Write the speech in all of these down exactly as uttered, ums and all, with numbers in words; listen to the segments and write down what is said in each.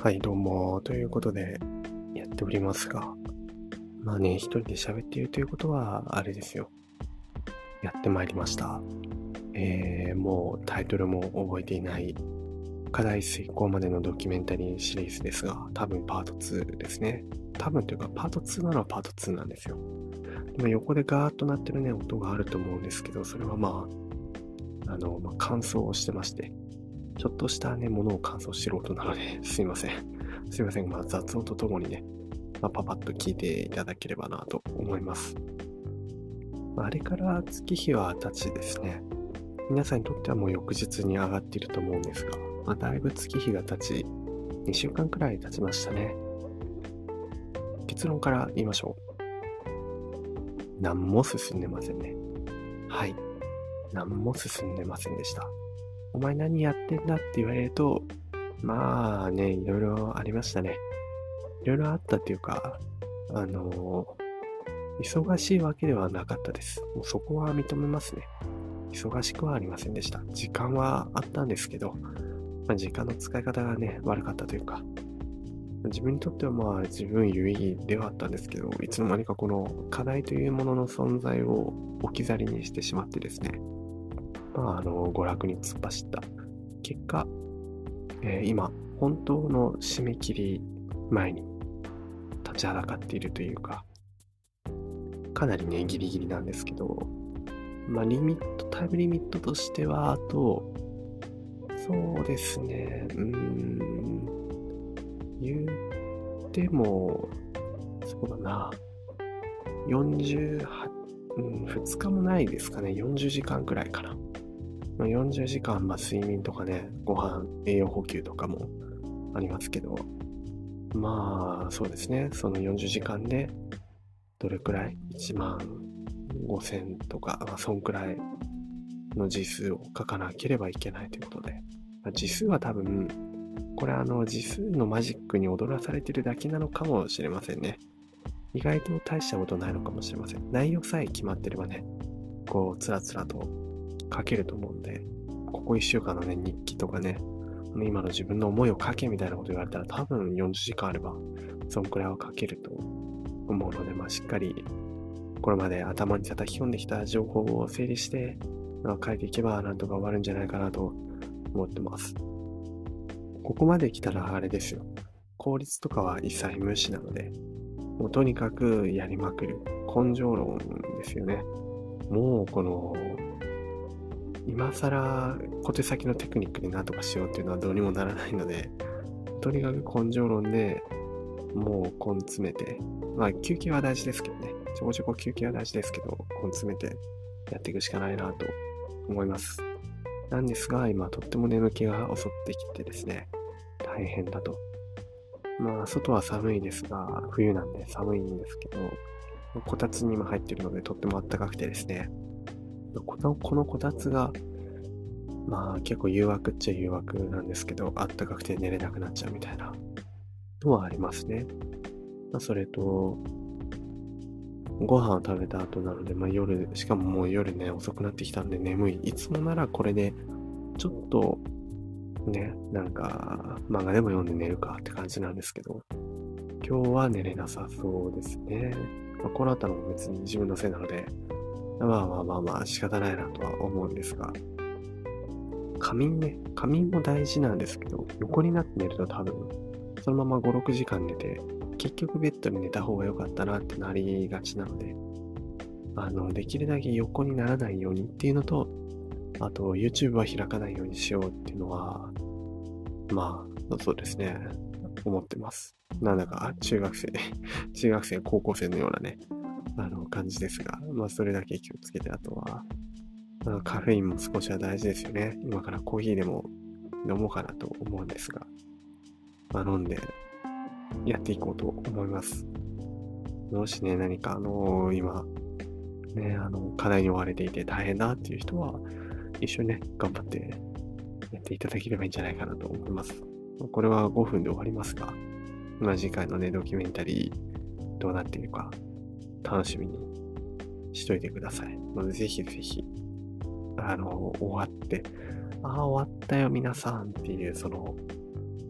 はい、どうも。ということで、やっておりますが、まあね、一人で喋っているということは、あれですよ。やってまいりました。えー、もうタイトルも覚えていない、課題遂行までのドキュメンタリーシリーズですが、多分パートツーですね。多分というか、パートツーなのはパートツーなんですよ。今横でガーッと鳴ってるね、音があると思うんですけど、それはまあ、あの、まあ、乾燥をしてまして、ちょっとしたね、ものを乾燥してる音なので、すいません。すいません。まあ、雑音とともにね、まあ、パパッと聞いていただければなと思います。あれから月日は経ちですね、皆さんにとってはもう翌日に上がっていると思うんですが、まあ、だいぶ月日が経ち、にしゅうかんくらい経ちましたね。結論から言いましょう。何も進んでませんね。はい。何も進んでませんでした。お前何やってんだって言われると、まあね、いろいろありましたね。いろいろあったっていうか、あのー忙しいわけではなかったです。もうそこは認めますね。忙しくはありませんでした。時間はあったんですけど、まあ、時間の使い方がね、悪かったというか、自分にとってはまあ自分有意義ではあったんですけど、いつの間にかこの課題というものの存在を置き去りにしてしまってですね、まああの、娯楽に突っ走った。結果、えー今、本当の締め切り前に立ちはだかっているというか、かなりね、ギリギリなんですけど、まあ、リミット、タイムリミットとしては、あと、そうですね、うーん、言っても、そうだな、よんじゅうはち、うん、ふつかもないですかね、よんじゅうじかんくらいかな。まあ、よんじゅうじかん、まあ、睡眠とかね、ご飯、栄養補給とかもありますけど、まあ、そうですね、そのよんじゅうじかんで、どれくらい ?いちまんごせんとか、まあ、そんくらいの字数を書かなければいけないということで、まあ、字数は多分、これあの字数のマジックに踊らされてるだけなのかもしれませんね。意外と大したことないのかもしれません。内容さえ決まってればね、こう、つらつらと書けると思うんで、ここいっしゅうかんのね、日記とかね、今の自分の思いを書けみたいなこと言われたら多分よんじゅうじかんあれば、そんくらいは書けると思うので、まあしっかり、これまで頭に叩き込んできた情報を整理して、まあ、書いていけばなんとか終わるんじゃないかなと思ってます。ここまで来たらあれですよ。効率とかは一切無視なので、もうとにかくやりまくる。根性論ですよね。もうこの、今更小手先のテクニックで何とかしようっていうのはどうにもならないので、とにかく根性論でもう根詰めて、まあ休憩は大事ですけどね。ちょこちょこ休憩は大事ですけど、根詰めてやっていくしかないなと思います。なんですが、今とっても眠気が襲ってきてですね、大変だと。まあ、外は寒いですが、冬なんで寒いんですけど、こたつに今入ってるのでとっても暖かくてですね、このこのこたつが、まあ結構誘惑っちゃ誘惑なんですけど、暖かくて寝れなくなっちゃうみたいなのはありますね。まあ、それと、ご飯を食べた後なので、まあ夜、しかももう夜ね、遅くなってきたんで眠い。いつもならこれで、ちょっと、ね、なんか、漫画でも読んで寝るかって感じなんですけど、今日は寝れなさそうですね。まあ、この後のも別に自分のせいなので、まあまあまあまあ仕方ないなとは思うんですが、仮眠ね、仮眠も大事なんですけど、横になって寝ると多分、そのままご、ろくじかん寝て、結局ベッドに寝た方が良かったなってなりがちなので、あの、できるだけ横にならないようにっていうのと、あと YouTube は開かないようにしようっていうのは、まあ、そうですね、思ってます。なんだか、中学生、中学生、高校生のようなね、あの、感じですが、まあ、それだけ気をつけて、あとは、まあ、カフェインも少しは大事ですよね。今からコーヒーでも飲もうかなと思うんですが、まあ、飲んでやっていこうと思います。もしね、何かあのー今、ね、あの、課題に追われていて大変だっていう人は、一緒にね、頑張ってやっていただければいいんじゃないかなと思います。これはごふんで終わりますが、まあ、次回のね、ドキュメンタリーどうなっているか楽しみにしといてください。まあ、ぜひぜひ、あの、終わって、ああ、終わったよ皆さんっていう、その、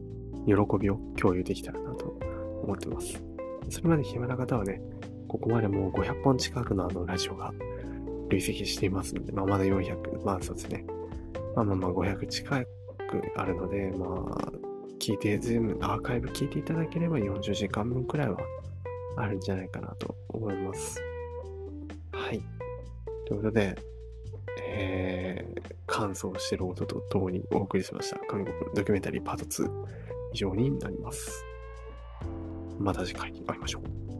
喜びを共有できたらなと思ってます。それまで暇な方はね、ここまでもうごひゃっぽん近くのあのラジオが累積していますので、まあまだよんひゃく、まあそうですね。まあまあまあごひゃく近くあるので、まあ、聞いて、全部アーカイブ聞いていただければよんじゅうじかんぶんくらいはあるんじゃないかなと思います。はい。ということで、えー、感想してる音とともにお送りしました。韓国ドキュメンタリーパートツー以上になります。また次回に会いましょう。